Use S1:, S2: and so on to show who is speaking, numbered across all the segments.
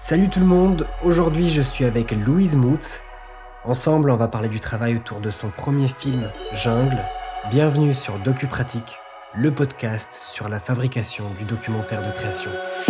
S1: Salut tout le monde, aujourd'hui je suis avec Louise Moutz. Ensemble on va parler du travail autour de son premier film, Jungle. Bienvenue sur DocuPratique, le podcast sur la fabrication du documentaire de création.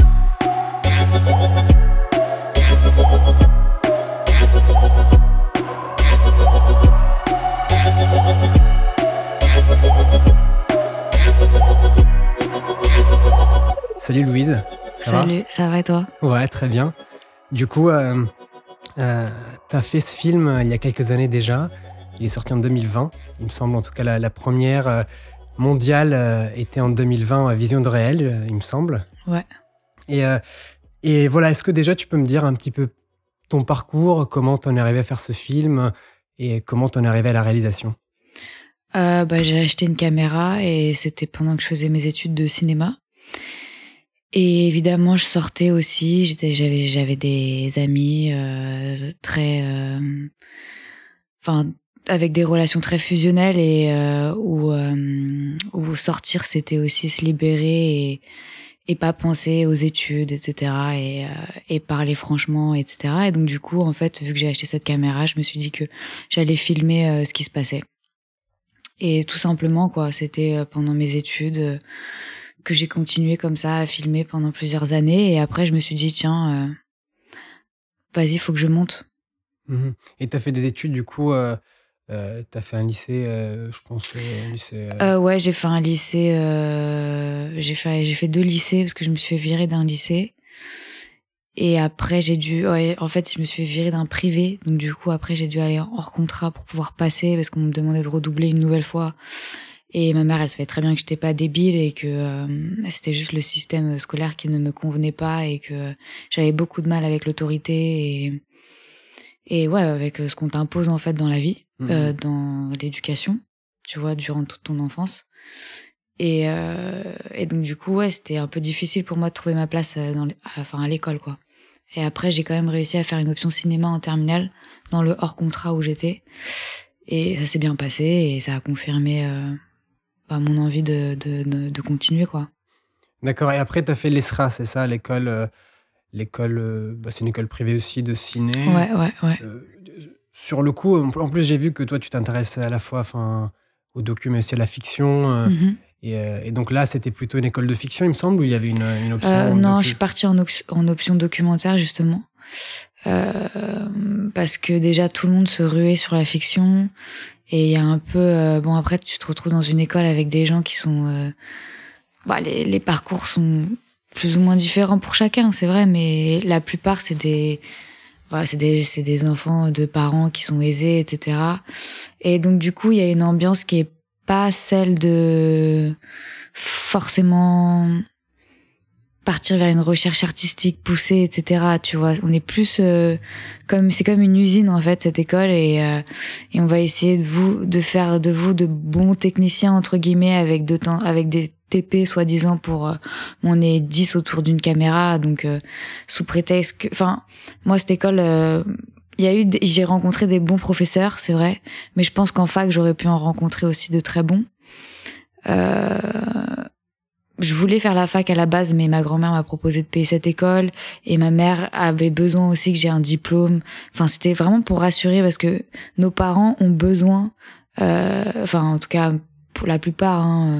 S1: Salut Louise.
S2: Salut, ça va et toi?
S1: Ouais, très bien. Du coup, t'as fait ce film il y a quelques années déjà. Il est sorti en 2020. Il me semble, en tout cas, la première mondiale était en 2020 à Vision de Réel, il me semble.
S2: Ouais.
S1: Et voilà, est-ce que déjà tu peux me dire un petit peu ton parcours, comment t'en es arrivé à faire ce film et comment t'en es arrivé à la réalisation?
S2: J'ai acheté une caméra et c'était pendant que je faisais mes études de cinéma. Et évidemment, je sortais aussi. J'avais des amis avec des relations très fusionnelles et où sortir, c'était aussi se libérer et pas penser aux études, etc. Et parler franchement, etc. Et donc du coup, en fait, vu que j'ai acheté cette caméra, je me suis dit que j'allais filmer ce qui se passait. Et tout simplement, quoi, c'était pendant mes études que j'ai continué comme ça à filmer pendant plusieurs années. Et après, je me suis dit, tiens, vas-y, faut que je monte.
S1: Mmh. Et t'as fait des études, du coup, t'as fait un lycée, je pense, un lycée...
S2: Ouais, j'ai fait un lycée. J'ai fait 2 lycées parce que je me suis fait virer d'un lycée. Et après, en fait, je me suis fait virer d'un privé. Donc du coup, après, j'ai dû aller hors contrat pour pouvoir passer parce qu'on me demandait de redoubler une nouvelle fois. Et ma mère, elle savait très bien que j'étais pas débile et que c'était juste le système scolaire qui ne me convenait pas et que j'avais beaucoup de mal avec l'autorité et ouais, avec ce qu'on t'impose en fait dans la vie, dans l'éducation, tu vois, durant toute ton enfance. Et donc du coup, ouais, c'était un peu difficile pour moi de trouver ma place à l'école, quoi. Et après, j'ai quand même réussi à faire une option cinéma en terminale dans le hors contrat où j'étais. Et ça s'est bien passé et ça a confirmé mon envie de continuer, quoi.
S1: D'accord, et après, tu as fait l'ESRA, c'est ça, l'école, c'est une école privée aussi de ciné.
S2: Ouais.
S1: Sur le coup, en plus, j'ai vu que toi, tu t'intéresses à la fois au docu, mais aussi à la fiction. Et donc là, c'était plutôt une école de fiction, il me semble, où il y avait une option
S2: Non,
S1: docu.
S2: je suis partie en option documentaire, justement. Parce que déjà, tout le monde se ruait sur la fiction. Et il y a un peu... après, tu te retrouves dans une école avec des gens qui sont... les parcours sont plus ou moins différents pour chacun, c'est vrai, mais la plupart, c'est des enfants de parents qui sont aisés, etc. Et donc, du coup, il y a une ambiance qui est pas celle de forcément partir vers une recherche artistique poussée, etc. Tu vois, on est plus c'est comme une usine en fait, cette école, et on va essayer de faire de vous de bons techniciens entre guillemets avec des TP soi-disant pour on est 10 autour d'une caméra, donc sous prétexte que, moi cette école j'ai rencontré des bons professeurs, c'est vrai, mais je pense qu'en fac j'aurais pu en rencontrer aussi de très bons. Je voulais faire la fac à la base, mais ma grand-mère m'a proposé de payer cette école et ma mère avait besoin aussi que j'ai un diplôme. C'était vraiment pour rassurer parce que nos parents ont besoin, en tout cas pour la plupart,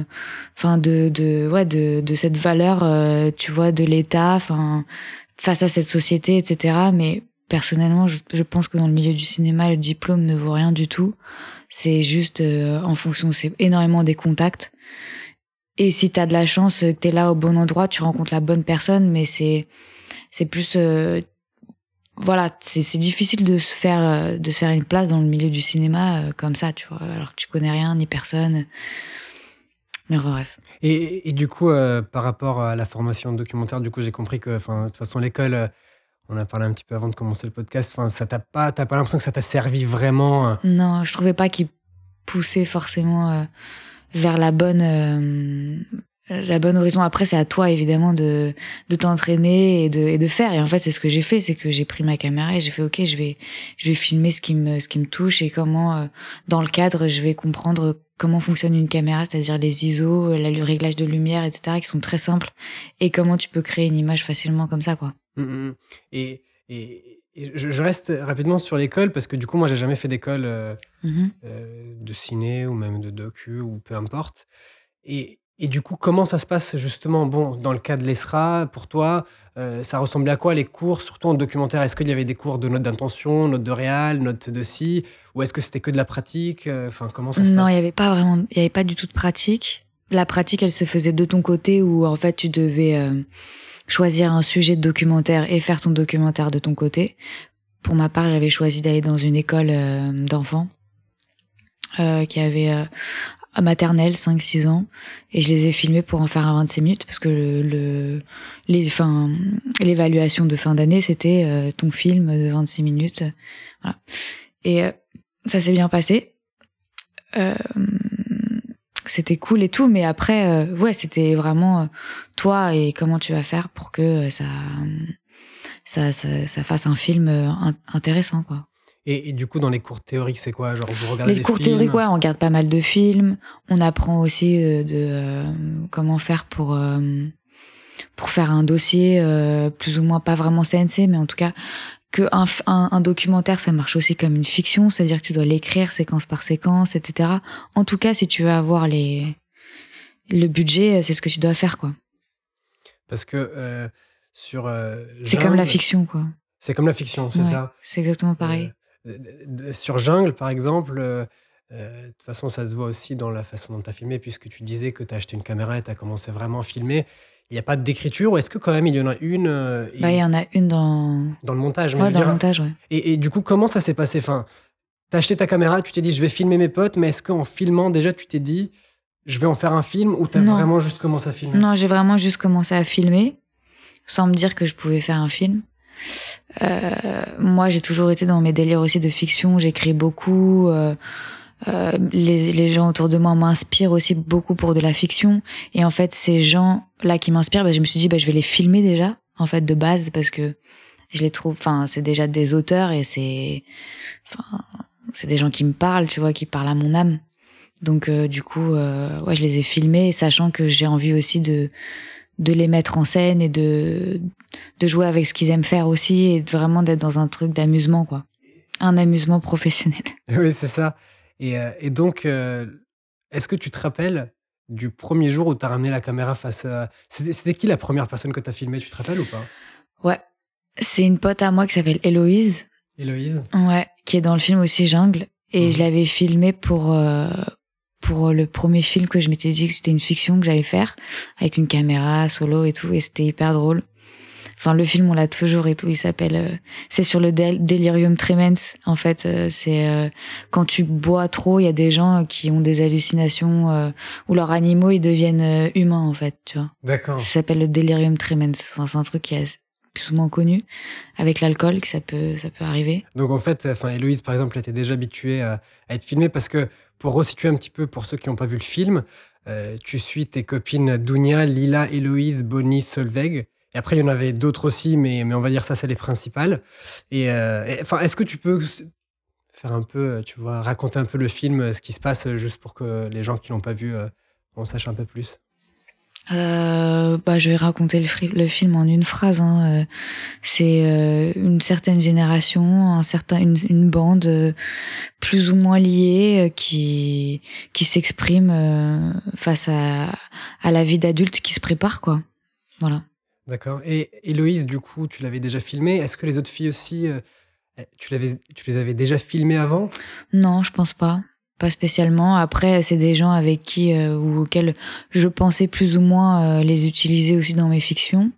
S2: de cette valeur, tu vois, de l'État, face à cette société, etc. Mais personnellement, je pense que dans le milieu du cinéma, le diplôme ne vaut rien du tout. C'est juste en fonction, c'est énormément des contacts. Et si t'as de la chance, que t'es là au bon endroit, tu rencontres la bonne personne, mais c'est plus, c'est difficile de se faire une place dans le milieu du cinéma comme ça, tu vois, alors que tu connais rien ni personne. Mais bref.
S1: Et du coup, par rapport à la formation de documentaire, du coup, j'ai compris que, de toute façon, l'école, on a parlé un petit peu avant de commencer le podcast, t'as pas l'impression que ça t'a servi vraiment?
S2: Non, je trouvais pas qu'il poussait forcément vers la bonne horizon. Après, c'est à toi, évidemment, de t'entraîner et de faire. Et en fait, c'est ce que j'ai fait, c'est que j'ai pris ma caméra et j'ai fait, OK, je vais filmer ce qui me touche et comment, dans le cadre, je vais comprendre comment fonctionne une caméra, c'est-à-dire les ISO, le réglage de lumière, etc., qui sont très simples, et comment tu peux créer une image facilement comme ça, quoi.
S1: Mmh mh. Et je reste rapidement sur l'école parce que du coup, moi, j'ai jamais fait d'école,
S2: Mmh.
S1: de ciné ou même de docu ou peu importe. Et du coup, comment ça se passe justement, bon, dans le cas de l'ESRA, pour toi, ça ressemblait à quoi les cours, surtout en documentaire? Est-ce qu'il y avait des cours de notes d'intention, notes de réal, notes de ci? Ou est-ce que c'était que de la pratique? Enfin, comment ça se
S2: Non,
S1: passe?
S2: il y avait pas du tout de pratique. La pratique, elle se faisait de ton côté où en fait tu devais choisir un sujet de documentaire et faire ton documentaire de ton côté. Pour ma part, j'avais choisi d'aller dans une école d'enfants qui avait maternelle, 5-6 ans, et je les ai filmés pour en faire un 26 minutes parce que l'évaluation de fin d'année, c'était ton film de 26 minutes. Voilà. Et ça s'est bien passé. Euh, C'était cool et tout, mais après, ouais, c'était vraiment toi et comment tu vas faire pour que ça fasse un film intéressant, quoi.
S1: Et du coup, dans les cours théoriques, c'est quoi? Genre, vous regardez
S2: Les
S1: des
S2: cours théoriques,
S1: films?
S2: ouais, on regarde pas mal de films. On apprend aussi comment faire pour faire un dossier, plus ou moins pas vraiment CNC, mais en tout cas que un documentaire, ça marche aussi comme une fiction, c'est-à-dire que tu dois l'écrire séquence par séquence, etc. En tout cas, si tu veux avoir le budget, c'est ce que tu dois faire, quoi.
S1: Parce que, sur,
S2: C'est comme la
S1: Jungle,
S2: fiction, quoi.
S1: c'est comme la fiction, c'est
S2: Ouais,
S1: ça?
S2: c'est exactement
S1: Heu,
S2: pareil.
S1: sur Jungle, par exemple, de toute façon, ça se voit aussi dans la façon dont tu as filmé puisque tu disais que tu as acheté une caméra et tu as commencé vraiment à filmer. Il y a pas d'écriture ou est-ce que quand même il y en a une,
S2: Bah, il y en a une dans
S1: dans le montage? Mais je
S2: ouais,
S1: veux
S2: dans le
S1: dire,
S2: montage, ouais.
S1: et du coup, comment ça s'est passé? Enfin, tu as acheté ta caméra, tu t'es dit: «Je vais filmer mes potes», mais est-ce qu'en filmant déjà tu t'es dit: «Je vais en faire un film» ou tu as
S2: Non,
S1: vraiment juste commencé à filmer?
S2: non, j'ai vraiment juste commencé à filmer, sans me dire que je pouvais faire un film. Moi, j'ai toujours été dans mes délires aussi de fiction, j'écris beaucoup, les gens autour de moi m'inspirent aussi beaucoup pour de la fiction. Et en fait, ces gens-là qui m'inspirent, bah, je me suis dit, bah, je vais les filmer déjà, en fait, de base, parce que je les trouve, enfin, c'est déjà des auteurs et enfin, c'est des gens qui me parlent, tu vois, qui parlent à mon âme. Donc, du coup, ouais, je les ai filmés, sachant que j'ai envie aussi de les mettre en scène et de jouer avec ce qu'ils aiment faire aussi et vraiment d'être dans un truc d'amusement, quoi. Un amusement professionnel.
S1: Oui, c'est ça. Et donc, est-ce que tu te rappelles du premier jour où tu as ramené la caméra face à c'était qui la première personne que tu as filmée, tu te rappelles ou pas?
S2: Ouais. C'est une pote à moi qui s'appelle Héloïse.
S1: Héloïse?
S2: Ouais. Qui est dans le film aussi Jungle. Et je
S1: Mmh.
S2: l'avais filmé pour le premier film que je m'étais dit que c'était une fiction que j'allais faire. Avec une caméra, solo et tout. Et c'était hyper drôle. Enfin, le film, on l'a toujours et tout. Il s'appelle, c'est sur le delirium tremens. En fait, c'est quand tu bois trop, il y a des gens qui ont des hallucinations où leurs animaux ils deviennent humains en fait, tu vois.
S1: D'accord.
S2: Ça s'appelle le delirium tremens. Enfin, c'est un truc qui est plus ou moins connu avec l'alcool que ça peut arriver.
S1: Donc en fait, enfin, Héloïse, par exemple, était déjà habituée à être filmée parce que pour resituer un petit peu pour ceux qui n'ont pas vu le film, tu suis tes copines Dounia, Lila, Héloïse, Bonnie, Solveig. Et après, il y en avait d'autres aussi, mais on va dire ça, c'est les principales. Enfin, est-ce que tu peux faire un peu, tu vois, raconter un peu le film, ce qui se passe, juste pour que les gens qui l'ont pas vu, en sachent un peu plus?
S2: Bah, je vais raconter le film en une phrase, hein. C'est une certaine génération, une bande plus ou moins liée qui s'exprime face à la vie d'adulte qui se prépare, quoi. Voilà.
S1: D'accord. Et Héloïse, du coup, tu l'avais déjà filmée. Est-ce que les autres filles aussi, tu les avais déjà filmées avant?
S2: Non, je pense pas. Pas spécialement. Après, c'est des gens avec qui ou auxquels je pensais plus ou moins les utiliser aussi dans mes fictions.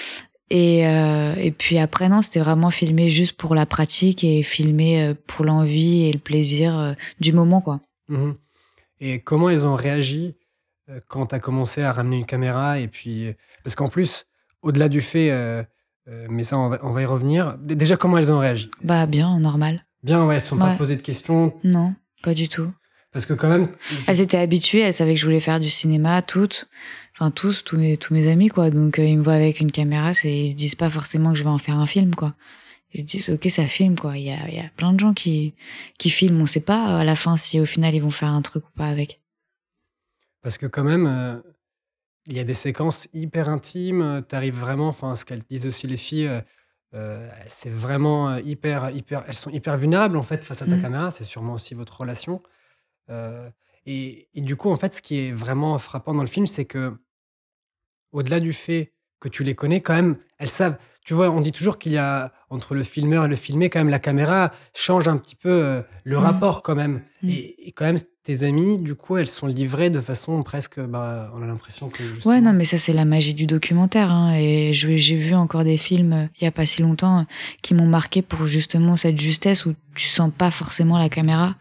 S2: Et puis après, non, c'était vraiment filmé juste pour la pratique et filmé pour l'envie et le plaisir du moment, quoi.
S1: Mmh. Et comment elles ont réagi, quand tu as commencé à ramener une caméra et puis, parce qu'en plus, au-delà du fait, mais ça on va y revenir. Déjà, comment elles ont réagi?
S2: Bah, bien, normal.
S1: Bien, ouais, elles se sont pas
S2: Ouais.
S1: posées de questions?
S2: Non, pas du tout.
S1: Parce que quand même,
S2: Elles étaient habituées, elles savaient que je voulais faire du cinéma, toutes. Enfin, tous mes amis, quoi. Donc, ils me voient avec une caméra, ils se disent pas forcément que je vais en faire un film, quoi. Ils se disent, ok, ça filme, quoi. Il y a plein de gens qui filment. On sait pas, à la fin, si au final, ils vont faire un truc ou pas avec.
S1: parce que quand même, Il y a des séquences hyper intimes, tu arrives vraiment, enfin, ce qu'elles disent aussi les filles, c'est vraiment, hyper elles sont hyper vulnérables, en fait, face à ta
S2: Mmh.
S1: caméra. C'est sûrement aussi votre relation, heu et du coup, en fait, ce qui est vraiment frappant dans le film, c'est que au-delà du fait que tu les connais, quand même, elles savent. Tu vois, on dit toujours qu'il y a entre le filmeur et le filmé, quand même, la caméra change un petit peu, le
S2: Mmh.
S1: rapport quand même
S2: Mmh.
S1: et quand même, tes amies, du coup, elles sont livrées de façon presque, bah, on a l'impression que
S2: Ouais, non,
S1: justement
S2: mais ça, c'est la magie du documentaire, hein, et j'ai vu encore des films, il y a pas si longtemps, qui m'ont marqué pour justement cette justesse où tu sens pas forcément la caméra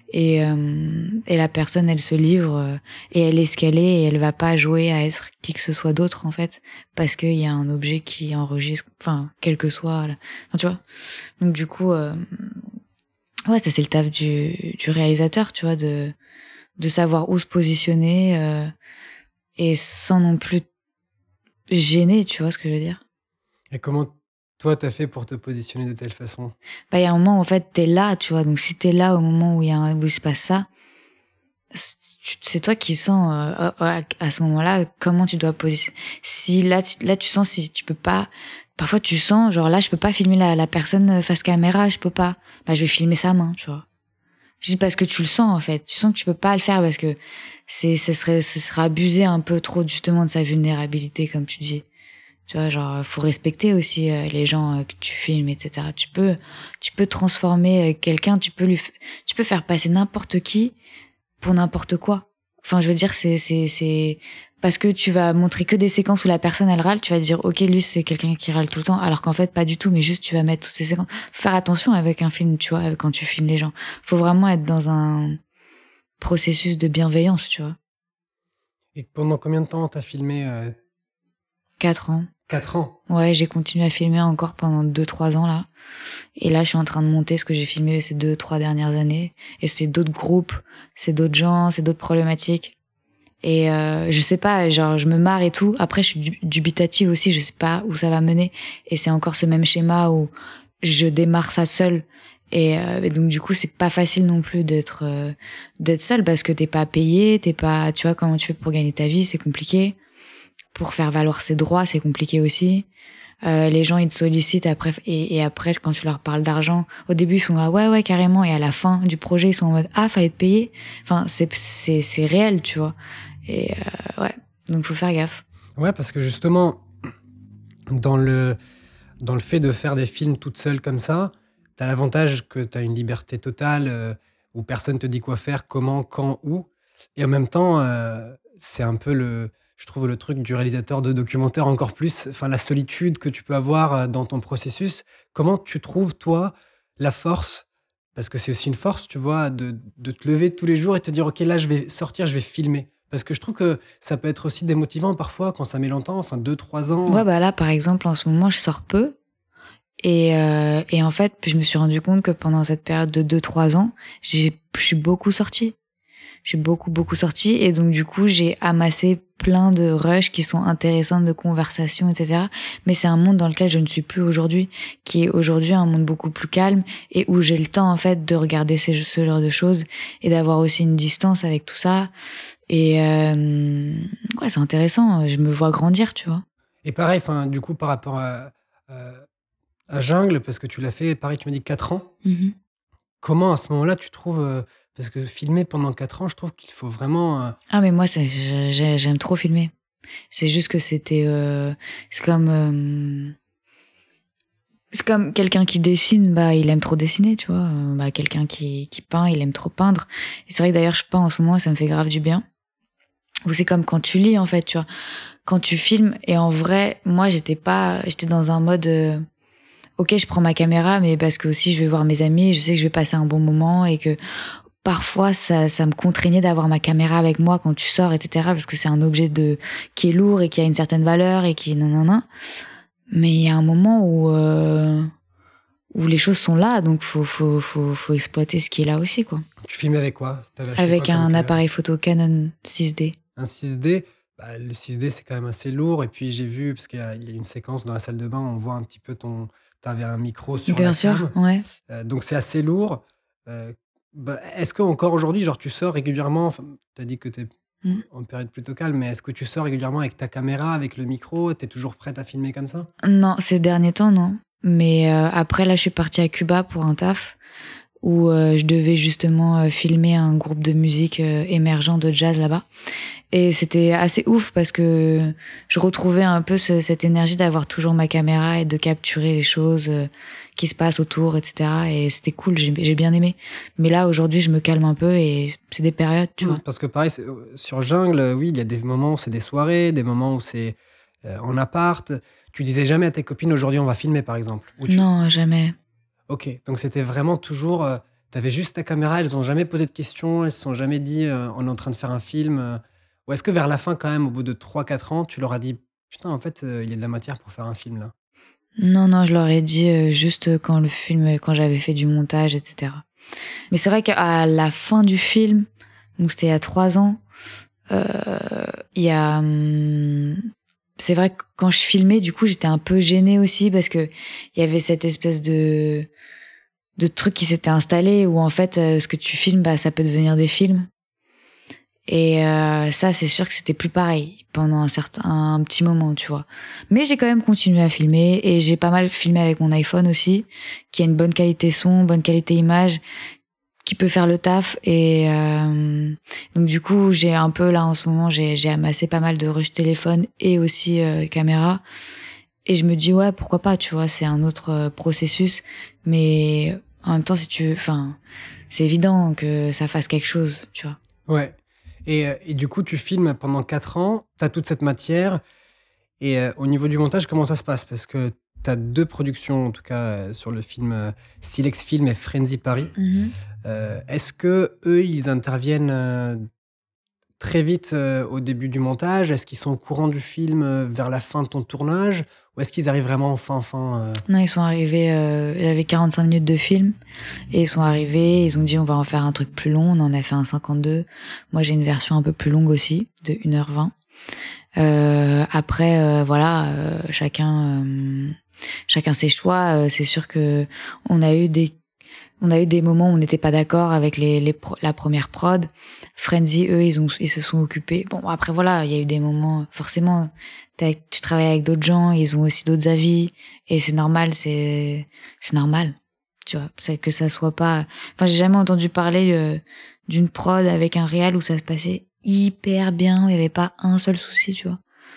S2: et la personne, elle se livre, et elle est ce qu'elle est et elle va pas jouer à être qui que ce soit d'autre, en fait, parce qu'il y a un objet qui enregistre, enfin, quel que soit enfin, tu vois? Donc du coup, ouais, ça, c'est le taf du réalisateur, tu vois, de savoir où se positionner, et sans non plus gêner, tu vois ce que je veux dire?
S1: et comment toi, tu as fait pour te positionner de telle façon?
S2: Bah, il y a un moment où en fait, tu es là, tu vois? Donc si tu es là au moment où il se passe ça, c'est toi qui sens, à ce moment-là, comment tu dois positionner. Si là tu sens si tu peux pas parfois tu sens genre là, je peux pas filmer la personne, face caméra, je peux pas. Bah, je vais filmer sa main, tu vois? Juste parce que tu le sens, en fait. Tu sens que tu peux pas le faire parce que ce serait abuser un peu trop justement de sa vulnérabilité comme tu dis. Tu vois, genre, faut respecter aussi les gens que tu filmes, etc. Tu peux transformer quelqu'un, tu peux faire passer n'importe qui pour n'importe quoi. Enfin, je veux dire, c'est parce que tu vas montrer que des séquences où la personne elle râle, tu vas dire ok, lui c'est quelqu'un qui râle tout le temps, alors qu'en fait pas du tout, mais juste tu vas mettre toutes ces séquences. Faut faire attention avec un film, tu vois, quand tu filmes les gens. Faut vraiment être dans un processus de bienveillance, tu vois.
S1: Et pendant combien de temps tu as filmé,
S2: 4 ans.
S1: 4 ans?
S2: Ouais, j'ai continué à filmer encore pendant 2 3 ans là. Et là, je suis en train de monter ce que j'ai filmé ces 2 3 dernières années. Et c'est d'autres groupes, c'est d'autres gens, c'est d'autres problématiques. Et je sais pas, genre je me marre et tout. Après, je suis dubitative aussi, je sais pas où ça va mener. Et c'est encore ce même schéma où je démarre ça seule. Et donc du coup, c'est pas facile non plus d'être seule parce que t'es pas payé, t'es pas, tu vois comment tu fais pour gagner ta vie, c'est compliqué. Pour faire valoir ses droits, c'est compliqué aussi. Les gens ils te sollicitent après et après quand tu leur parles d'argent, au début ils sont ah ouais ouais carrément et à la fin du projet ils sont en mode ah fallait te payer. Enfin c'est réel tu vois. Et ouais donc faut faire gaffe.
S1: Ouais, parce que justement, dans le dans le fait de faire des films toute seule comme ça, tu as l'avantage que tu as une liberté totale, où personne te dit quoi faire, comment, quand, où et en même temps, c'est un peu je trouve le truc du réalisateur de documentaire encore plus, enfin la solitude que tu peux avoir, dans ton processus. Comment tu trouves toi la force, parce que c'est aussi une force, tu vois, de te lever tous les jours et te dire: «OK, là je vais sortir, je vais filmer». Parce que je trouve que ça peut être aussi démotivant parfois quand ça met longtemps, enfin 2 3 ans.
S2: Ouais bah là par exemple en ce moment je sors peu et en fait je me suis rendu compte que pendant cette période de 2 3 ans je suis beaucoup sortie. Je suis beaucoup sortie et donc du coup, j'ai amassé plein de rushs qui sont intéressantes, de conversations, etc. Mais c'est un monde dans lequel je ne suis plus aujourd'hui, qui est aujourd'hui un monde beaucoup plus calme et où j'ai le temps en fait de regarder ce genre de choses et d'avoir aussi une distance avec tout ça. Et ouais, c'est intéressant. Je me vois grandir, tu vois.
S1: Et pareil, enfin, du coup, par rapport à Jungle, parce que tu l'as fait, pareil, tu m'as dit 4 ans.
S2: Mhm.
S1: Comment, à ce moment-là, tu trouves, parce que filmer pendant 4 ans, je trouve qu'il faut vraiment,
S2: Ah mais moi, j'aime trop filmer. C'est juste que c'est comme c'est comme quelqu'un qui dessine, bah il aime trop dessiner, tu vois. Bah quelqu'un qui peint, il aime trop peindre. Et c'est vrai que d'ailleurs je peins en ce moment, ça me fait grave du bien. Ou c'est comme quand tu lis en fait, tu vois. Quand tu filmes et en vrai, moi j'étais dans un mode OK, je prends ma caméra mais parce que aussi je vais voir mes amis, je sais que je vais passer un bon moment et que parfois ça me contraignait d'avoir ma caméra avec moi quand tu sors etc. parce que c'est un objet qui est lourd et qui a une certaine valeur et qui nanana. Mais il y a un moment où les choses sont là, donc faut exploiter ce qui est là aussi, quoi.
S1: tu filmais avec quoi? Tu avais acheté quoi
S2: Avec
S1: comme
S2: un appareil photo Canon 6D.
S1: un 6D? Bah, le 6D, c'est quand même assez lourd et puis j'ai vu, parce qu'il y a une séquence dans la salle de bain, on voit un petit peu tu avais un micro sur la
S2: Bien sûr,
S1: cam,
S2: ouais.
S1: donc c'est assez lourd. Bah, est-ce qu'encore aujourd'hui, genre, tu sors régulièrement? Enfin, tu as dit que tu
S2: Mm.
S1: en période plutôt calme, mais est-ce que tu sors régulièrement avec ta caméra, avec le micro? T'es toujours prête à filmer comme ça?
S2: Non, ces derniers temps, non. Mais après, là, je suis partie à Cuba pour un taf où je devais justement filmer un groupe de musique émergent de jazz là-bas. Et c'était assez ouf parce que je retrouvais un peu cette énergie d'avoir toujours ma caméra et de capturer les choses qui se passent autour, etc. Et c'était cool, j'ai bien aimé. Mais là, aujourd'hui, je me calme un peu et c'est des périodes, tu vois.
S1: Parce que pareil, sur Jungle, oui, il y a des moments où c'est des soirées, des moments où c'est en appart. Tu disais jamais à tes copines aujourd'hui on va filmer par exemple.
S2: Non, jamais.
S1: Ok, donc c'était vraiment toujours. T'avais juste ta caméra, elles ont jamais posé de questions, elles se sont jamais dit on est en train de faire un film. Ou est-ce que vers la fin, quand même, au bout de 3 4 ans, tu leur as dit putain, en fait, il y a de la matière pour faire un film là?
S2: Non, non, je leur ai dit juste quand j'avais fait du montage, etc. Mais c'est vrai qu'à la fin du film, donc c'était il y a 3 ans, il y a... c'est vrai que quand je filmais, du coup, j'étais un peu gênée aussi parce que il y avait cette espèce de truc qui s'était installé où en fait, ce que tu filmes, bah, ça peut devenir des films. Et ça, c'est sûr que c'était plus pareil pendant un petit moment, tu vois. Mais j'ai quand même continué à filmer et j'ai pas mal filmé avec mon iPhone aussi, qui a une bonne qualité son, bonne qualité image, qui peut faire le taf. Et donc du coup, j'ai un peu là en ce moment, j'ai amassé pas mal de rush téléphone et aussi caméra. Et je me dis ouais, pourquoi pas, tu vois, c'est un autre processus. Mais en même temps, si tu, enfin, c'est évident que ça fasse quelque chose, tu vois.
S1: Ouais. Et du coup, tu filmes pendant 4 ans, tu as toute cette matière. Et au niveau du montage, comment ça se passe? Parce que tu as 2 productions, en tout cas, sur le film Silex Film et Frenzy Paris. Est-ce que eux, ils interviennent très vite au début du montage? Est-ce qu'ils sont au courant du film vers la fin de ton tournage? Ou est-ce qu'ils arrivent vraiment en fin?
S2: Non, ils sont arrivés, j'avais 45 minutes de film, et ils sont arrivés, ils ont dit on va en faire un truc plus long, on en a fait un 52. Moi j'ai une version un peu plus longue aussi, de 1h20. Après, voilà, chacun ses choix. C'est sûr que on a eu des moments où on n'était pas d'accord avec la première prod. Frenzy, eux, ils se sont occupés. Bon, après, voilà, il y a eu des moments, forcément, tu travailles avec d'autres gens, ils ont aussi d'autres avis, et c'est normal, c'est normal. Tu vois, c'est que ça soit pas, enfin, j'ai jamais entendu parler d'une prod avec un réal où ça se passait hyper bien, il y avait pas un seul souci, tu vois.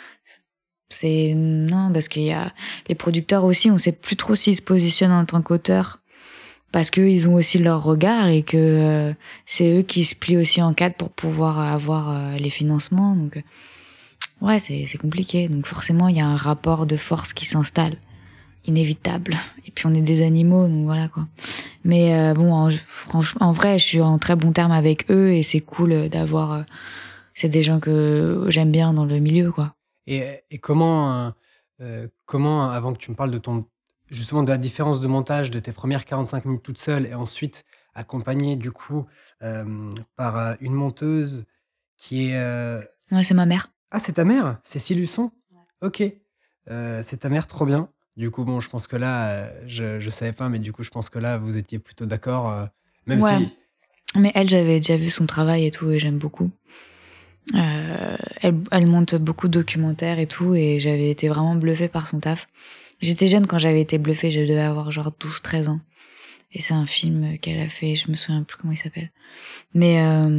S2: Non, parce qu'il y a les producteurs aussi, on sait plus trop s'ils se positionnent en tant qu'auteurs parce que ils ont aussi leur regard et que c'est eux qui se plient aussi en quatre pour pouvoir avoir les financements. Donc ouais, c'est compliqué. Donc forcément, il y a un rapport de force qui s'installe, inévitable. Et puis on est des animaux, donc voilà quoi. Mais bon, franchement, en vrai, je suis en très bon terme avec eux et c'est cool d'avoir. C'est des gens que j'aime bien dans le milieu, quoi.
S1: Et comment, avant que tu me parles de justement de la différence de montage de tes premières 45 minutes toute seule et ensuite accompagnée du coup par une monteuse qui est...
S2: Ouais, c'est ma mère.
S1: Ah, c'est ta mère? Cécile Husson? Ok. C'est ta mère, trop bien. Du coup, bon, je pense que là, je savais pas, mais du coup, je pense que là, vous étiez plutôt d'accord, même
S2: Ouais.
S1: si...
S2: Mais elle, j'avais déjà vu son travail et tout, et j'aime beaucoup. Elle monte beaucoup de documentaires et tout, et j'avais été vraiment bluffée par son taf. J'étais jeune quand j'avais été bluffée, je devais avoir genre 12-13 ans. Et c'est un film qu'elle a fait, je me souviens plus comment il s'appelle. Mais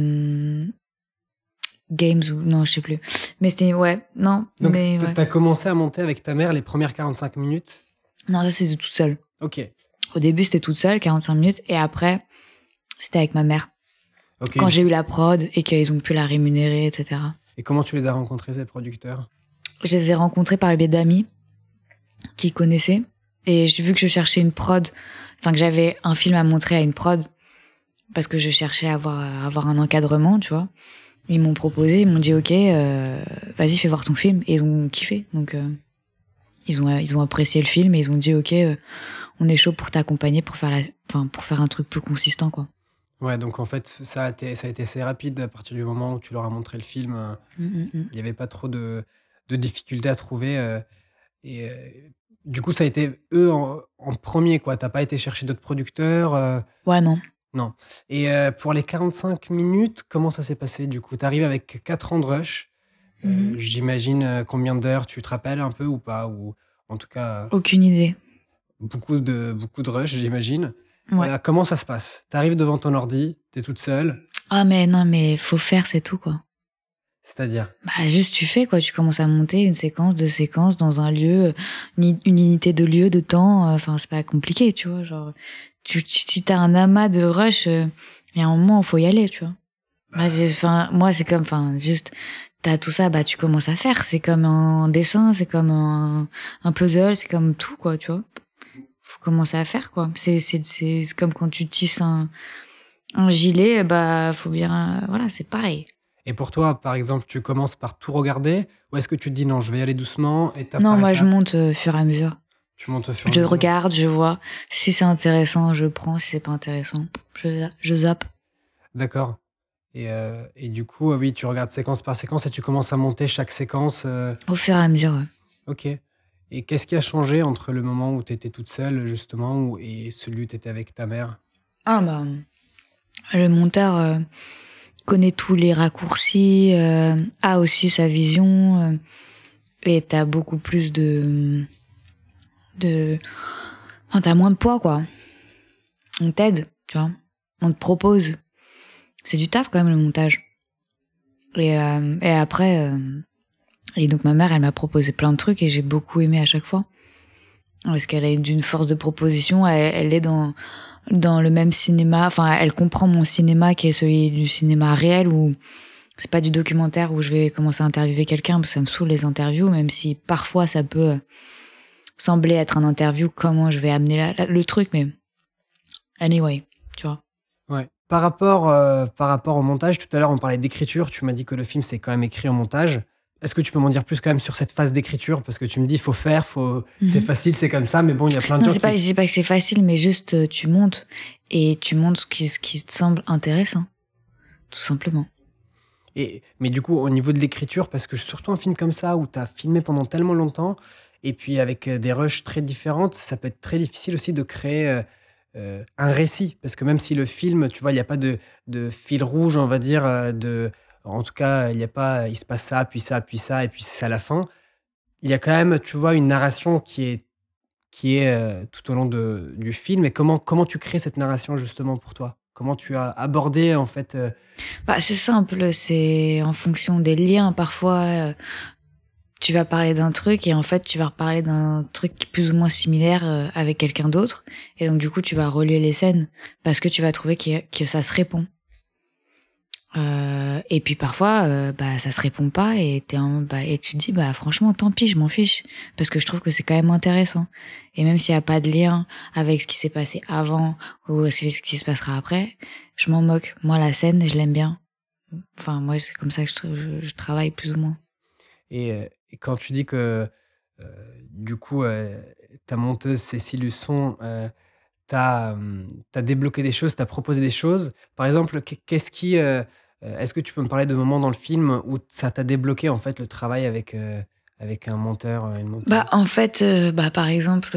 S2: Games ou... Non, je sais plus. Mais c'était... Ouais, non.
S1: Donc,
S2: mais ouais.
S1: t'as commencé à monter avec ta mère les premières 45 minutes?
S2: Non, ça c'était toute seule.
S1: Ok.
S2: Au début, c'était toute seule, 45 minutes, et après, c'était avec ma mère.
S1: Ok.
S2: Quand j'ai eu la prod et qu'ils ont pu la rémunérer, etc.
S1: Et comment tu les as rencontrés, ces producteurs?
S2: Je les ai rencontrés par le biais d'amis qui connaissaient. Et vu que je cherchais une prod, enfin que j'avais un film à montrer à une prod, parce que je cherchais à avoir un encadrement, tu vois. Ils m'ont proposé, ils m'ont dit ok, vas-y fais voir ton film. Et ils ont kiffé. Donc ils ont apprécié le film et ils ont dit ok, on est chaud pour t'accompagner pour faire un truc plus consistant, quoi.
S1: Ouais, donc en fait, ça a été assez rapide à partir du moment où tu leur as montré le film. Il n'y avait pas trop de difficultés à trouver. Et du coup, ça a été eux en premier, quoi. T'as pas été chercher d'autres producteurs?
S2: Ouais, non.
S1: Non. Et pour les 45 minutes, comment ça s'est passé du coup? Tu arrives avec 4 ans de rush.
S2: Mhm.
S1: J'imagine combien d'heures, tu te rappelles un peu ou pas? Ou en tout cas,
S2: Aucune idée.
S1: beaucoup de rush, j'imagine.
S2: Ouais.
S1: Voilà, comment ça se passe? Tu arrives devant ton ordi, tu es toute seule,
S2: Ah mais non, mais faut faire, c'est tout quoi.
S1: c'est-à-dire?
S2: Bah juste tu fais quoi, tu commences à monter une séquence, deux séquences dans un lieu, une unité de lieu, de temps, enfin c'est pas compliqué, tu vois, genre si t'as un amas de rush, il y a un moment où faut y aller, tu vois. Bah, enfin moi c'est comme, enfin juste t'as tout ça, bah tu commences à faire, c'est comme un dessin, c'est comme un puzzle, c'est comme tout quoi, tu vois. Faut commencer à faire quoi. C'est comme quand tu tisses un gilet, bah faut bien, voilà, c'est pareil.
S1: Et pour toi, par exemple, tu commences par tout regarder ou est-ce que tu te dis non, je vais y aller doucement, étape
S2: Non,
S1: par
S2: moi je
S1: étape,
S2: monte au fur et à mesure.
S1: tu montes au fur et à
S2: Je
S1: mesure?
S2: regarde, je vois. Si c'est intéressant, je prends. Si c'est pas intéressant, je zappe.
S1: D'accord. Et du coup, oui, tu regardes séquence par séquence et tu commences à monter chaque séquence.
S2: Au fur et à mesure, ouais.
S1: Ok. Et qu'est-ce qui a changé entre le moment où tu étais toute seule, justement, et celui où tu étais avec ta mère?
S2: Ah bah, le monteur connaît tous les raccourcis, a aussi sa vision, et t'as beaucoup plus de... Enfin, t'as moins de poids, quoi. On t'aide, tu vois. On te propose. C'est du taf, quand même, le montage. Et après... Et donc, ma mère, elle m'a proposé plein de trucs et j'ai beaucoup aimé à chaque fois. Parce qu'elle a d'une force de proposition, elle est dans le même cinéma, enfin elle comprend mon cinéma qui est celui du cinéma réel, où c'est pas du documentaire où je vais commencer à interviewer quelqu'un, parce que ça me saoule les interviews, même si parfois ça peut sembler être un interview, comment je vais amener le truc, mais anyway, tu vois.
S1: Ouais. Par rapport au montage, tout à l'heure, on parlait d'écriture. Tu m'as dit que le film, c'est quand même écrit en montage. Est-ce que tu peux m'en dire plus quand même sur cette phase d'écriture? Parce que tu me dis, il faut faire, c'est
S2: Mhm.
S1: facile, c'est comme ça, mais bon, il y a plein de
S2: Non,
S1: gens
S2: je dis pas que c'est facile, mais juste tu montes, et tu montes ce qui te semble intéressant, tout simplement.
S1: Mais du coup, au niveau de l'écriture, parce que surtout un film comme ça, où tu as filmé pendant tellement longtemps, et puis avec des rushs très différentes, ça peut être très difficile aussi de créer un récit. Parce que même si le film, tu vois, il n'y a pas de fil rouge, on va dire, en tout cas, il y a pas, il se passe ça, puis ça, puis ça, et puis c'est ça la fin. Il y a quand même, tu vois, une narration qui est tout au long du film. Et comment tu crées cette narration justement pour toi? Comment tu as abordé en fait
S2: Bah, c'est simple, c'est en fonction des liens. Parfois, tu vas parler d'un truc et en fait, tu vas reparler d'un truc plus ou moins similaire avec quelqu'un d'autre. Et donc, du coup, tu vas relier les scènes parce que tu vas trouver que ça se répond. Et puis parfois, bah, ça se répond pas et tu te dis, bah, franchement, tant pis, je m'en fiche. Parce que je trouve que c'est quand même intéressant. Et même s'il n'y a pas de lien avec ce qui s'est passé avant ou ce qui se passera après, je m'en moque. Moi, la scène, je l'aime bien. Enfin, moi, c'est comme ça que je travaille plus ou moins.
S1: et quand tu dis que du coup, ta monteuse Cécile Husson t'as débloqué des choses, t'as proposé des choses. Par exemple, qu'est-ce qui, est-ce que tu peux me parler de moments dans le film où ça t'a débloqué en fait le travail avec un monteur, une
S2: Bah,
S1: monteuse?
S2: en fait, bah, par exemple,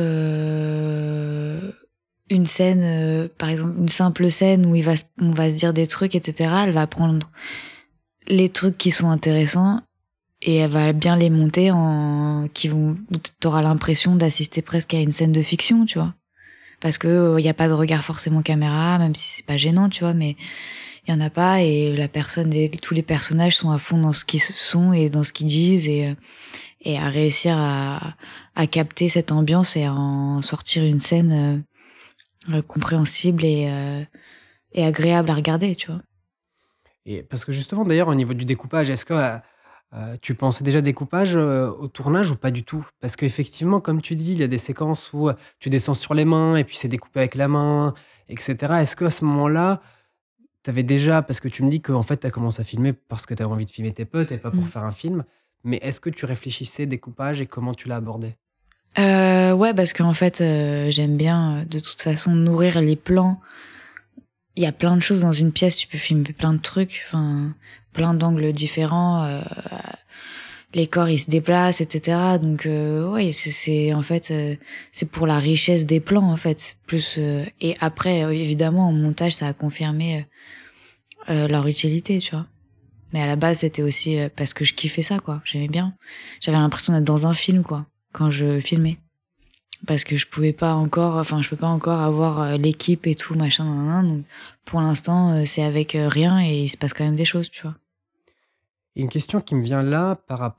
S2: une scène, par exemple, une simple scène où on va se dire des trucs, etc. Elle va prendre les trucs qui sont intéressants et elle va bien les monter où t'auras l'impression d'assister presque à une scène de fiction, tu vois. Parce que y a pas de regard forcément caméra, même si c'est pas gênant, tu vois, mais il y en a pas et tous les personnages sont à fond dans ce qu'ils sont et dans ce qu'ils disent et à réussir à capter cette ambiance et à en sortir une scène compréhensible et agréable à regarder, tu vois.
S1: Et parce que justement, d'ailleurs, au niveau du découpage, est-ce que tu pensais déjà découpage au tournage ou pas du tout? Parce qu'effectivement, comme tu dis, il y a des séquences où tu descends sur les mains et puis c'est découpé avec la main, etc. Est-ce qu'à ce moment-là, t'avais déjà, parce que tu me dis qu'en fait, tu as commencé à filmer parce que tu avais envie de filmer tes potes et pas pour
S2: Mm.
S1: faire un film, mais est-ce que tu réfléchissais découpage et comment tu l'as abordé?
S2: Ouais, parce qu'en fait, j'aime bien de toute façon nourrir les plans. Il y a plein de choses dans une pièce, tu peux filmer plein de trucs, enfin, plein d'angles différents. les corps ils se déplacent, etc. Donc ouais, c'est en fait c'est pour la richesse des plans en fait. Plus et après évidemment en montage ça a confirmé leur utilité, tu vois. Mais à la base c'était aussi parce que je kiffais ça quoi. J'aimais bien. J'avais l'impression d'être dans un film quoi quand je filmais. Parce que je peux pas encore avoir l'équipe et tout machin nan, nan, donc pour l'instant c'est avec rien et il se passe quand même des choses, tu vois.
S1: Et une question qui me vient là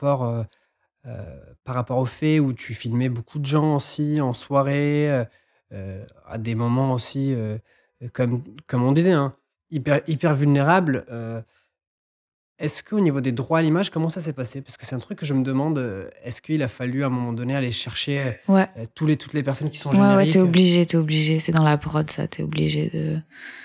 S1: par rapport au fait où tu filmais beaucoup de gens aussi en soirée, à des moments aussi, comme on disait, hein, hyper vulnérables, est-ce qu'au niveau des droits à l'image, comment ça s'est passé? Parce que c'est un truc que je me demande, est-ce qu'il a fallu à un moment donné aller chercher,
S2: Ouais.
S1: toutes les personnes qui sont
S2: Ouais,
S1: génériques?
S2: t'es obligé, c'est dans la prod ça, t'es obligé.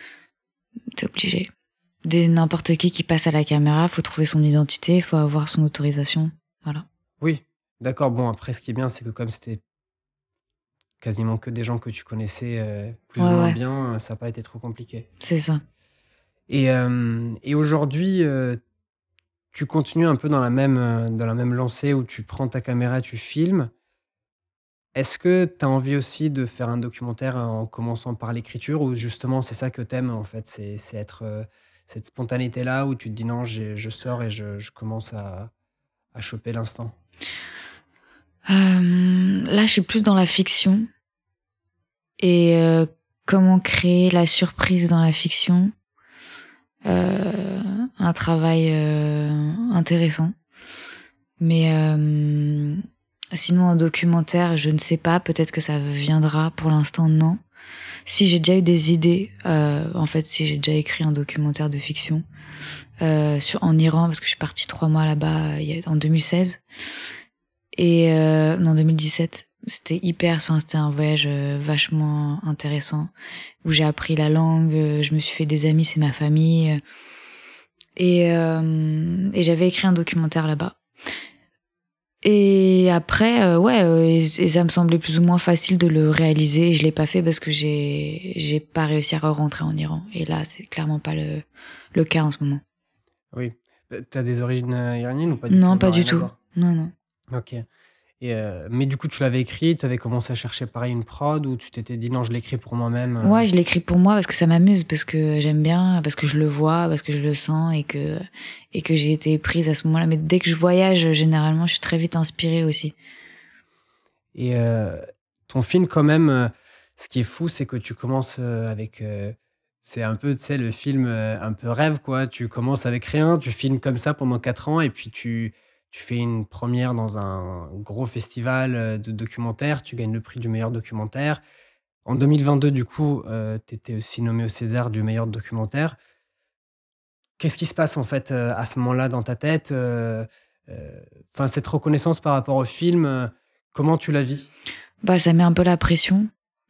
S2: Dès n'importe qui passe à la caméra, faut trouver son identité, faut avoir son autorisation, voilà.
S1: Oui, d'accord. Bon, après, ce qui est bien, c'est que comme c'était quasiment que des gens que tu connaissais, plus ou
S2: Ouais,
S1: moins
S2: ouais,
S1: bien, ça a pas été trop compliqué.
S2: c'est ça.
S1: Et aujourd'hui, tu continues un peu dans la même lancée où tu prends ta caméra, tu filmes. Est-ce que tu as envie aussi de faire un documentaire en commençant par l'écriture ou justement c'est ça que t'aimes en fait, c'est être, cette spontanéité-là où tu te dis: «Non, je sors et je commence à choper l'instant»?
S2: Là, je suis plus dans la fiction et comment créer la surprise dans la fiction. Un travail intéressant. Mais sinon, un documentaire, je ne sais pas. Peut-être que ça viendra. Pour l'instant, non. Si j'ai déjà eu des idées, en fait, si j'ai déjà écrit un documentaire de fiction en Iran, parce que je suis partie 3 mois là-bas en 2016. Et non, 2017. C'était un voyage vachement intéressant où j'ai appris la langue, je me suis fait des amis, c'est ma famille. Et j'avais écrit un documentaire là-bas. Et après, et ça me semblait plus ou moins facile de le réaliser. Je l'ai pas fait parce que j'ai pas réussi à rentrer en Iran. Et là, c'est clairement pas le cas en ce moment.
S1: Oui. Tu as des origines, iraniennes ou pas du tout?
S2: Non, pas
S1: Non,
S2: du
S1: rien à
S2: tout.
S1: voir?
S2: Non, non.
S1: OK. Mais du coup, tu l'avais écrit, tu avais commencé à chercher pareil une prod ou tu t'étais dit: «Non, je l'écris pour moi-même»,
S2: Ouais, je l'écris pour moi parce que ça m'amuse, parce que j'aime bien, parce que je le vois, parce que je le sens et que j'ai été prise à ce moment-là. Mais dès que je voyage, généralement, je suis très vite inspirée aussi.
S1: Et ton film quand même, ce qui est fou, c'est que tu commences, avec, c'est un peu, tu sais, le film, un peu rêve, quoi. Tu commences avec rien, tu filmes comme ça pendant 4 ans et puis tu fais une première dans un gros festival, de documentaire. Tu gagnes le prix du meilleur documentaire. En 2022, du coup, tu étais aussi nommé au César du meilleur documentaire. Qu'est-ce qui se passe, en fait, à ce moment-là dans ta tête? Enfin, cette reconnaissance par rapport au film, comment tu la vis?
S2: Bah, ça met un peu la pression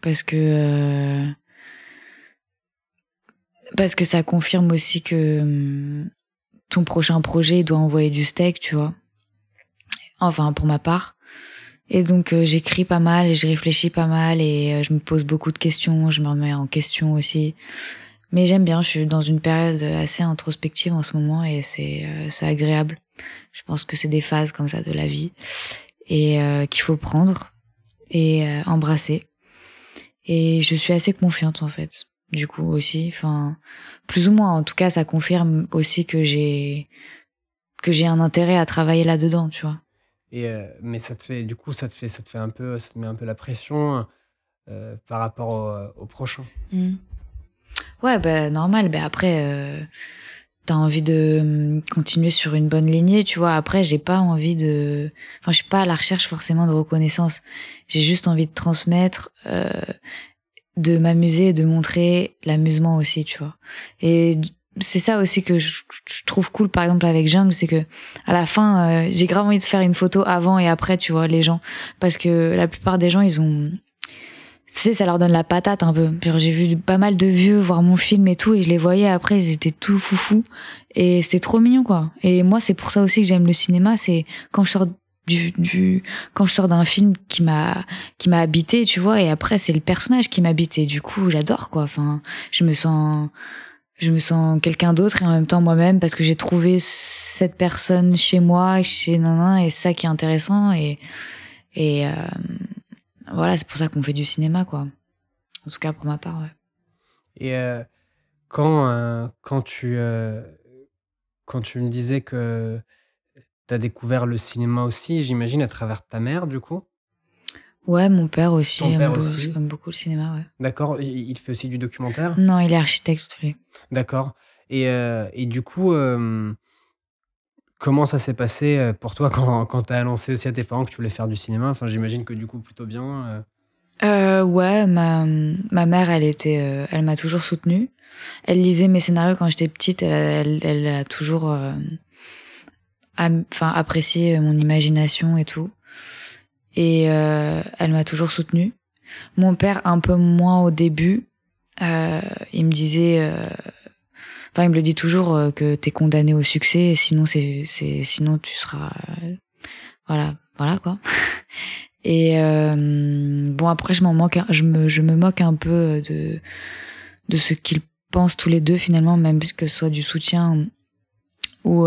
S2: parce que ça confirme aussi que ton prochain projet il doit envoyer du steak, tu vois. Enfin, pour ma part. Et donc, j'écris pas mal et je réfléchis pas mal et je me pose beaucoup de questions, je me remets en question aussi. Mais j'aime bien, je suis dans une période assez introspective en ce moment et c'est agréable. Je pense que c'est des phases comme ça de la vie et qu'il faut prendre et embrasser. Et je suis assez confiante en fait. Du coup aussi, enfin plus ou moins. En tout cas, ça confirme aussi que j'ai un intérêt à travailler là-dedans, tu vois.
S1: Et mais ça te fait du coup, ça te fait un peu ça te met un peu la pression, par rapport au prochain?
S2: Mmh. Ouais, bah normal. Bah après, t'as envie de continuer sur une bonne lignée, tu vois. Après, j'ai pas envie de, enfin, je suis pas à la recherche forcément de reconnaissance. J'ai juste envie de transmettre, de m'amuser et de montrer l'amusement aussi, tu vois. Et c'est ça aussi que je trouve cool, par exemple, avec Jungle, c'est que à la fin, j'ai grave envie de faire une photo avant et après, tu vois, les gens. Parce que la plupart des gens, ils ont, tu sais, ça leur donne la patate un peu. Genre, j'ai vu pas mal de vieux voir mon film et tout, et je les voyais après, ils étaient tout foufou. Et c'était trop mignon, quoi. Et moi, c'est pour ça aussi que j'aime le cinéma, c'est quand je sors quand je sors d'un film qui m'a habité, tu vois, et après, c'est le personnage qui m'habite, et du coup, j'adore, quoi. Enfin, je me sens je me sens quelqu'un d'autre et en même temps moi-même parce que j'ai trouvé cette personne chez moi, chez Nanin, et c'est ça qui est intéressant. Et voilà, c'est pour ça qu'on fait du cinéma, quoi. En tout cas, pour ma part, ouais.
S1: Et quand tu me disais que tu as découvert le cinéma aussi, j'imagine, à travers ta mère, du coup?
S2: Ouais, mon père aussi
S1: Ton père aussi?
S2: aime beaucoup le cinéma, ouais.
S1: D'accord, il fait aussi du documentaire?
S2: Non, il est architecte, lui.
S1: D'accord. Et du coup, comment ça s'est passé, pour toi quand tu as annoncé aussi à tes parents que tu voulais faire du cinéma? Enfin, j'imagine que du coup plutôt bien.
S2: Ouais, ma mère, elle m'a toujours soutenue. Elle lisait mes scénarios quand j'étais petite. Elle a toujours, apprécié mon imagination et tout. Et elle m'a toujours soutenue. Mon père, un peu moins au début. Il me disait, il me le dit toujours, que t'es condamné au succès. Et sinon, sinon tu seras, voilà quoi. Et bon, après, je me moque un peu de ce qu'ils pensent tous les deux finalement, même que ce soit du soutien ou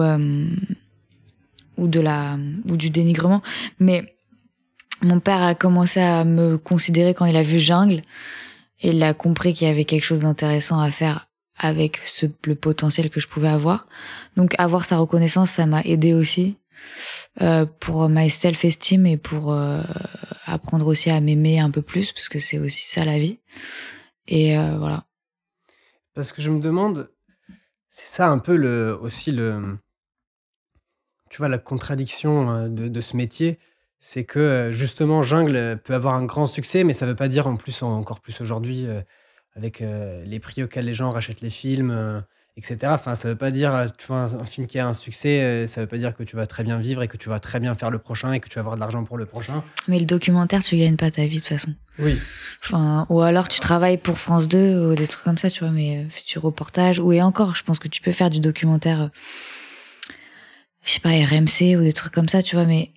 S2: du dénigrement. Mais mon père a commencé à me considérer quand il a vu Jungle, et il a compris qu'il y avait quelque chose d'intéressant à faire avec le potentiel que je pouvais avoir. Donc avoir sa reconnaissance, ça m'a aidé aussi. Pour ma self-esteem et pour apprendre aussi à m'aimer un peu plus, parce que c'est aussi ça la vie. Et voilà.
S1: Parce que je me demande, c'est ça un peu aussi tu vois, la contradiction, de ce métier, c'est que, justement Jungle, peut avoir un grand succès, mais ça veut pas dire en plus encore plus aujourd'hui, avec, les prix auxquels les gens rachètent les films, et cetera. Enfin, ça veut pas dire, tu vois, un film qui a un succès, ça veut pas dire que tu vas très bien vivre et que tu vas très bien faire le prochain et que tu vas avoir de l'argent pour le prochain.
S2: Mais le documentaire, tu gagnes pas ta vie de toute façon.
S1: Oui.
S2: Enfin, ou alors tu travailles pour France 2 ou des trucs comme ça, tu vois, mais fais du reportage. Ou et encore, je pense que tu peux faire du documentaire, je sais pas, RMC ou des trucs comme ça, tu vois, mais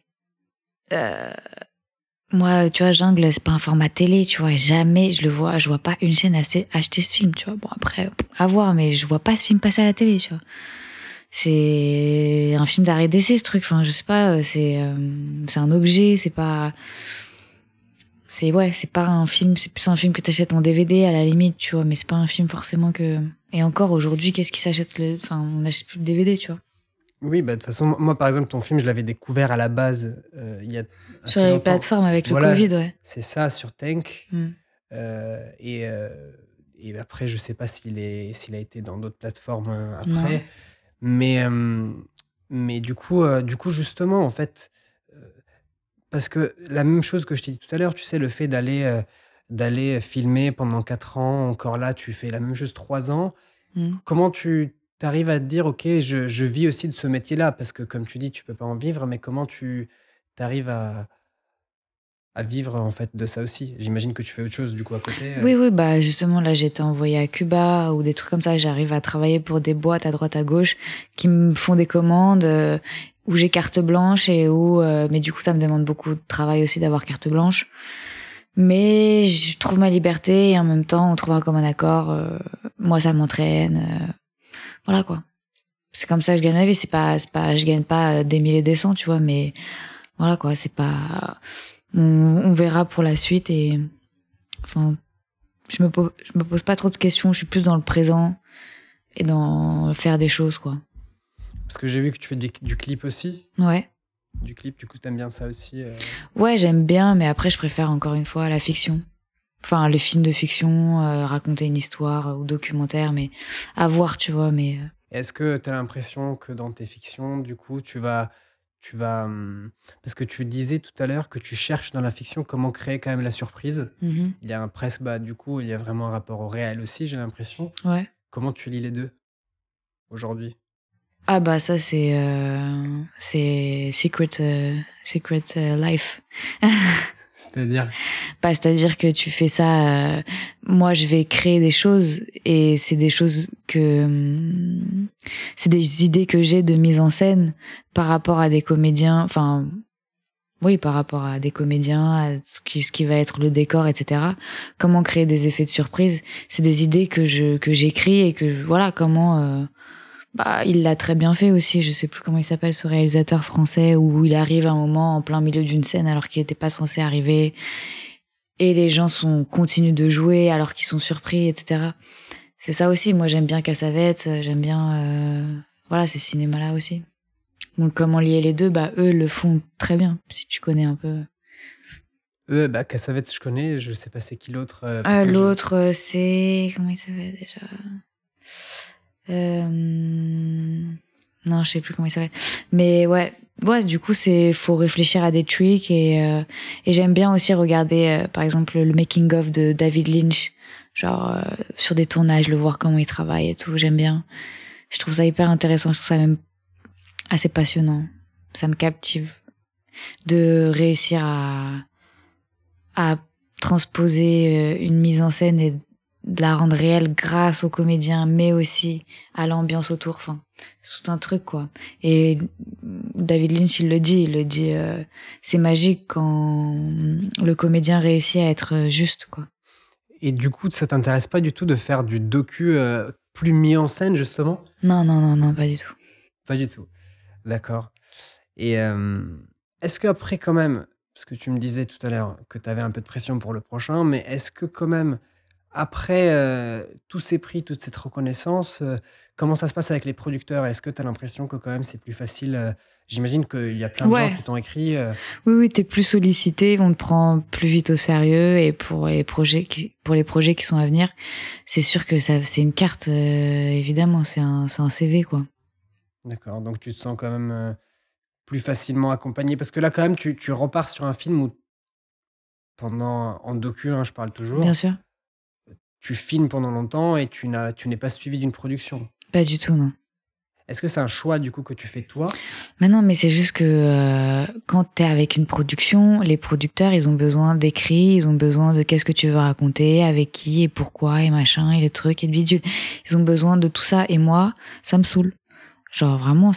S2: moi, tu vois, Jungle, c'est pas un format télé, tu vois, jamais je vois pas une chaîne acheter ce film, tu vois. Bon, après, à voir, mais je vois pas ce film passer à la télé, tu vois. C'est un film d'arrêt d'essai, ce truc, enfin, je sais pas, c'est un objet, c'est pas un film, c'est plus un film que t'achètes en DVD à la limite, tu vois, mais c'est pas un film forcément que... Et encore, aujourd'hui, qu'est-ce qui s'achète on n'achète plus de DVD, tu vois.
S1: Oui, bah, de toute façon, moi, par exemple, ton film, je l'avais découvert à la base, il y a
S2: Sur
S1: assez
S2: les
S1: longtemps.
S2: plateformes avec le
S1: Voilà,
S2: Covid, ouais.
S1: c'est ça, sur Tank.
S2: Mm.
S1: Et après, je sais pas s'il a été dans d'autres plateformes,
S2: Non.
S1: après. Mais du coup, justement, en fait, parce que la même chose que je t'ai dit tout à l'heure, tu sais, le fait d'aller filmer pendant 4 ans, encore là, tu fais la même chose 3 ans.
S2: Mm.
S1: Comment tu arrives à te dire: «OK, je vis aussi de ce métier-là», parce que comme tu dis, tu peux pas en vivre, mais comment tu arrives à vivre, en fait, de ça aussi? J'imagine que tu fais autre chose, du coup, à côté,
S2: Oui, oui, bah justement, là, j'ai été envoyée à Cuba ou des trucs comme ça. J'arrive à travailler pour des boîtes à droite, à gauche qui me font des commandes où j'ai carte blanche et où... mais du coup, ça me demande beaucoup de travail aussi d'avoir carte blanche. Mais je trouve ma liberté et en même temps, on trouve un commun accord. Moi, ça m'entraîne. Voilà, quoi. C'est comme ça que je gagne ma vie. Je gagne pas des milliers et des cents, tu vois, mais voilà, quoi. C'est pas... On verra pour la suite et... Enfin, je me pose pas trop de questions. Je suis plus dans le présent et dans faire des choses, quoi.
S1: parce que j'ai vu que tu fais du clip aussi.
S2: Ouais.
S1: Du clip, du coup, t'aimes bien ça aussi,
S2: Ouais, j'aime bien, mais après, je préfère encore une fois la fiction. Enfin, les films de fiction, raconter une histoire ou documentaire, mais à voir, tu vois, mais...
S1: Est-ce que tu as l'impression que dans tes fictions, du coup, parce que tu disais tout à l'heure que tu cherches dans la fiction comment créer quand même la surprise.
S2: Mhm.
S1: Il y a presque, bah, du coup, il y a vraiment un rapport au réel aussi, j'ai l'impression.
S2: Ouais.
S1: Comment tu lis les deux aujourd'hui?
S2: Ah bah ça, c'est Secret Life.
S1: C'est-à-dire?
S2: Bah, c'est-à-dire que tu fais ça... moi, je vais créer des choses et c'est des choses c'est des idées que j'ai de mise en scène par rapport à des comédiens. Enfin, oui, par rapport à des comédiens, à ce qui va être le décor, etc. Comment créer des effets de surprise. C'est des idées que j'écris et voilà, comment, bah, il l'a très bien fait aussi. Je sais plus comment il s'appelle, ce réalisateur français, où il arrive à un moment en plein milieu d'une scène alors qu'il n'était pas censé arriver. Et les gens continuent de jouer alors qu'ils sont surpris, etc. C'est ça aussi. Moi, j'aime bien Cassavetes, j'aime bien, voilà, ces cinémas-là aussi. Donc, comment lier les deux? Bah, eux le font très bien, si tu connais un peu.
S1: Bah, Cassavetes, je connais, je sais pas c'est qui l'autre. Par contre,
S2: L'autre, c'est... Comment il s'appelle déjà? Non, je sais plus comment il s'appelle. Mais ouais, du coup, faut réfléchir à des tricks et j'aime bien aussi regarder, par exemple, le making of de David Lynch, genre sur des tournages, le voir comment il travaille et tout. J'aime bien. Je trouve ça hyper intéressant. Je trouve ça même assez passionnant. Ça me captive de réussir à transposer une mise en scène et de la rendre réelle grâce aux comédiens, mais aussi à l'ambiance autour. Enfin, c'est tout un truc, quoi. Et David Lynch, il le dit, c'est magique quand le comédien réussit à être juste, quoi.
S1: Et du coup, ça t'intéresse pas du tout de faire du docu plus mis en scène, justement?
S2: Non, pas du tout.
S1: Pas du tout. D'accord. Et est-ce qu'après, quand même, parce que tu me disais tout à l'heure que tu avais un peu de pression pour le prochain, mais est-ce que quand même, après tous ces prix, toute cette reconnaissance, comment ça se passe avec les producteurs? Est-ce que tu as l'impression que quand même c'est plus facile? J'imagine qu'il y a plein de gens
S2: Ouais.
S1: qui t'ont écrit.
S2: Oui, t'es plus sollicité, on te prend plus vite au sérieux et pour les projets qui sont à venir, c'est sûr que c'est une carte, évidemment, c'est un CV, quoi.
S1: D'accord, donc tu te sens quand même plus facilement accompagné. Parce que là, quand même, tu repars sur un film où en docu, hein, je parle
S2: Bien
S1: toujours,
S2: sûr.
S1: tu filmes pendant longtemps et tu n'es pas suivi d'une production.
S2: Pas du tout, non.
S1: Est-ce que c'est un choix du coup que tu fais toi?
S2: Mais non, mais c'est juste que quand t'es avec une production, les producteurs, ils ont besoin d'écrits, ils ont besoin de qu'est-ce que tu veux raconter, avec qui et pourquoi et machin et les trucs et le bidule. Ils ont besoin de tout ça et moi, ça me saoule. Genre vraiment,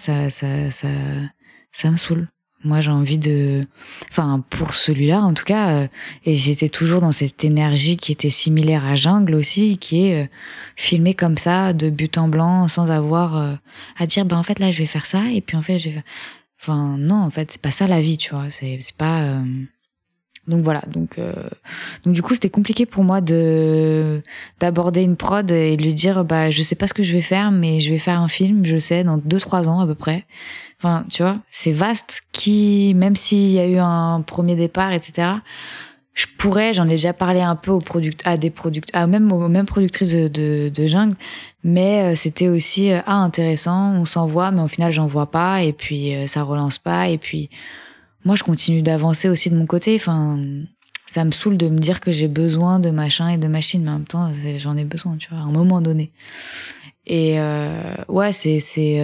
S2: ça me saoule. Moi, j'ai envie enfin, pour celui-là, en tout cas, et j'étais toujours dans cette énergie qui était similaire à Jungle aussi, qui est filmée comme ça, de but en blanc, sans avoir à dire, ben en fait là, je vais faire ça, et puis en fait, je vais faire... Enfin, non, en fait, c'est pas ça la vie, tu vois. C'est pas... Donc voilà, donc du coup c'était compliqué pour moi d'aborder une prod et de lui dire bah je sais pas ce que je vais faire mais je vais faire un film, je sais, dans 2-3 ans à peu près. Enfin, tu vois, c'est vaste qui, même s'il y a eu un premier départ, etc., j'en ai déjà parlé un peu même aux mêmes productrices de Jungle, mais c'était aussi, intéressant, on s'envoie, mais au final, j'en vois pas, et puis ça relance pas, et puis moi, je continue d'avancer aussi de mon côté, enfin, ça me saoule de me dire que j'ai besoin de machin et de machine, mais en même temps, j'en ai besoin, tu vois, à un moment donné. Et ouais, c'est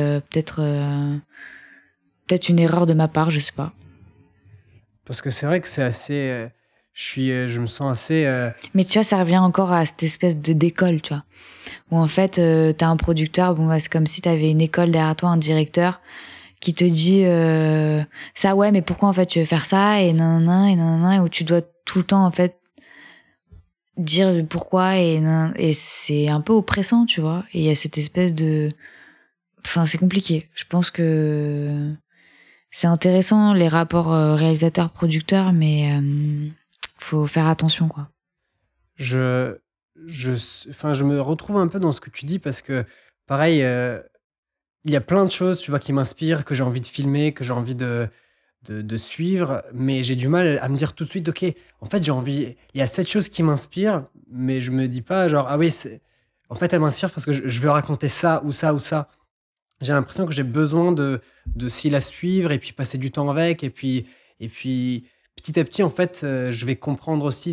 S2: peut-être une erreur de ma part, je sais pas.
S1: Parce que c'est vrai que c'est assez. Je me sens assez.
S2: Mais tu vois, ça revient encore à cette espèce d'école, tu vois. Où en fait, t'as un producteur, bon, bah, c'est comme si t'avais une école derrière toi, un directeur, qui te dit ça, ouais, mais pourquoi en fait tu veux faire ça, et nanana, et nanana, et où tu dois tout le temps, en fait, dire pourquoi, et c'est un peu oppressant, tu vois. Et il y a cette espèce de... Enfin, c'est compliqué. Je pense que c'est intéressant, les rapports réalisateur-producteur, mais faut faire attention, quoi.
S1: Je, enfin, je me retrouve un peu dans ce que tu dis parce que, pareil, il y a plein de choses, tu vois, qui m'inspirent, que j'ai envie de filmer, que j'ai envie de suivre, mais j'ai du mal à me dire tout de suite, ok, en fait, j'ai envie. Il y a cette chose qui m'inspire, mais je me dis pas, genre, ah oui, en fait, elle m'inspire parce que je veux raconter ça ou ça ou ça. J'ai l'impression que j'ai besoin de s'y la suivre et puis passer du temps avec. Et puis petit à petit, en fait, je vais comprendre aussi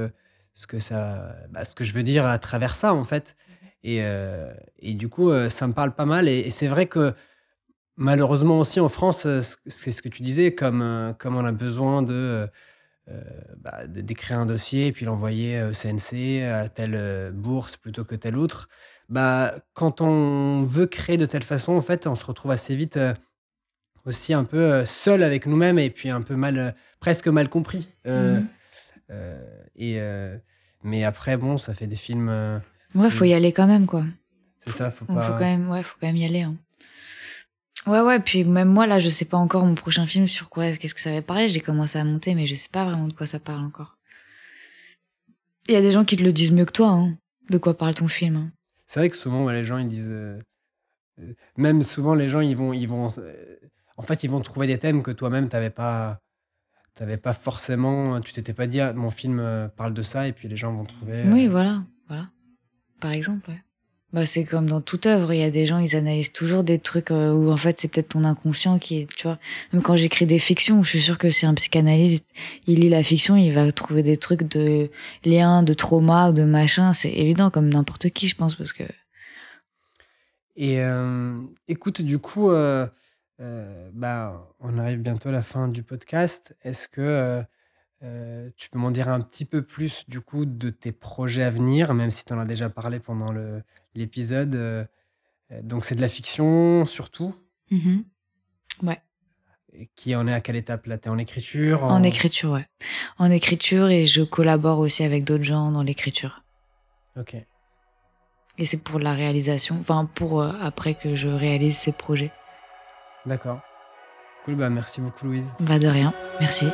S1: ce que je veux dire à travers ça, en fait. Et du coup, ça me parle pas mal. Et c'est vrai que malheureusement aussi en France, c'est ce que tu disais, comme on a besoin d'écrire un dossier et puis l'envoyer au CNC, à telle bourse plutôt que telle autre. Bah, quand on veut créer de telle façon, en fait, on se retrouve assez vite aussi un peu seul avec nous-mêmes et puis un peu mal. presque mal compris.
S2: Mhm.
S1: Et, mais après, bon, ça fait des films.
S2: Ouais, faut y aller quand même, quoi.
S1: C'est ça, faut
S2: Donc,
S1: pas.
S2: faut quand même y aller. Hein. Ouais, puis même moi, là, je sais pas encore mon prochain film sur quoi, qu'est-ce que ça va parler. J'ai commencé à monter, mais je sais pas vraiment de quoi ça parle encore. Il y a des gens qui te le disent mieux que toi, hein, de quoi parle ton film. Hein.
S1: C'est vrai que souvent, les gens, ils disent. Même souvent, les gens, en fait, ils vont trouver des thèmes que toi-même, t'avais pas forcément. Tu t'étais pas dit, ah, mon film parle de ça, et puis les gens vont trouver.
S2: Oui, voilà. Par exemple, ouais. Bah, c'est comme dans toute œuvre, il y a des gens, ils analysent toujours des trucs où en fait c'est peut-être ton inconscient qui est, tu vois. Même quand j'écris des fictions, je suis sûre que c'est un psychanalyste, il lit la fiction, il va trouver des trucs de liens, de trauma, de machin, c'est évident comme n'importe qui, je pense, parce que.
S1: Et écoute, du coup, bah, on arrive bientôt à la fin du podcast. Est-ce que tu peux m'en dire un petit peu plus, du coup, de tes projets à venir, même si tu en as déjà parlé pendant l'épisode. Donc, c'est de la fiction, surtout.
S2: Mhm. Ouais.
S1: Et qui en est à quelle étape là? T'es en écriture?
S2: En écriture, ouais. En écriture, et je collabore aussi avec d'autres gens dans l'écriture.
S1: Ok.
S2: Et c'est pour la réalisation, enfin pour après que je réalise ces projets.
S1: D'accord. Cool, bah merci beaucoup Louise.
S2: Bah de rien, merci.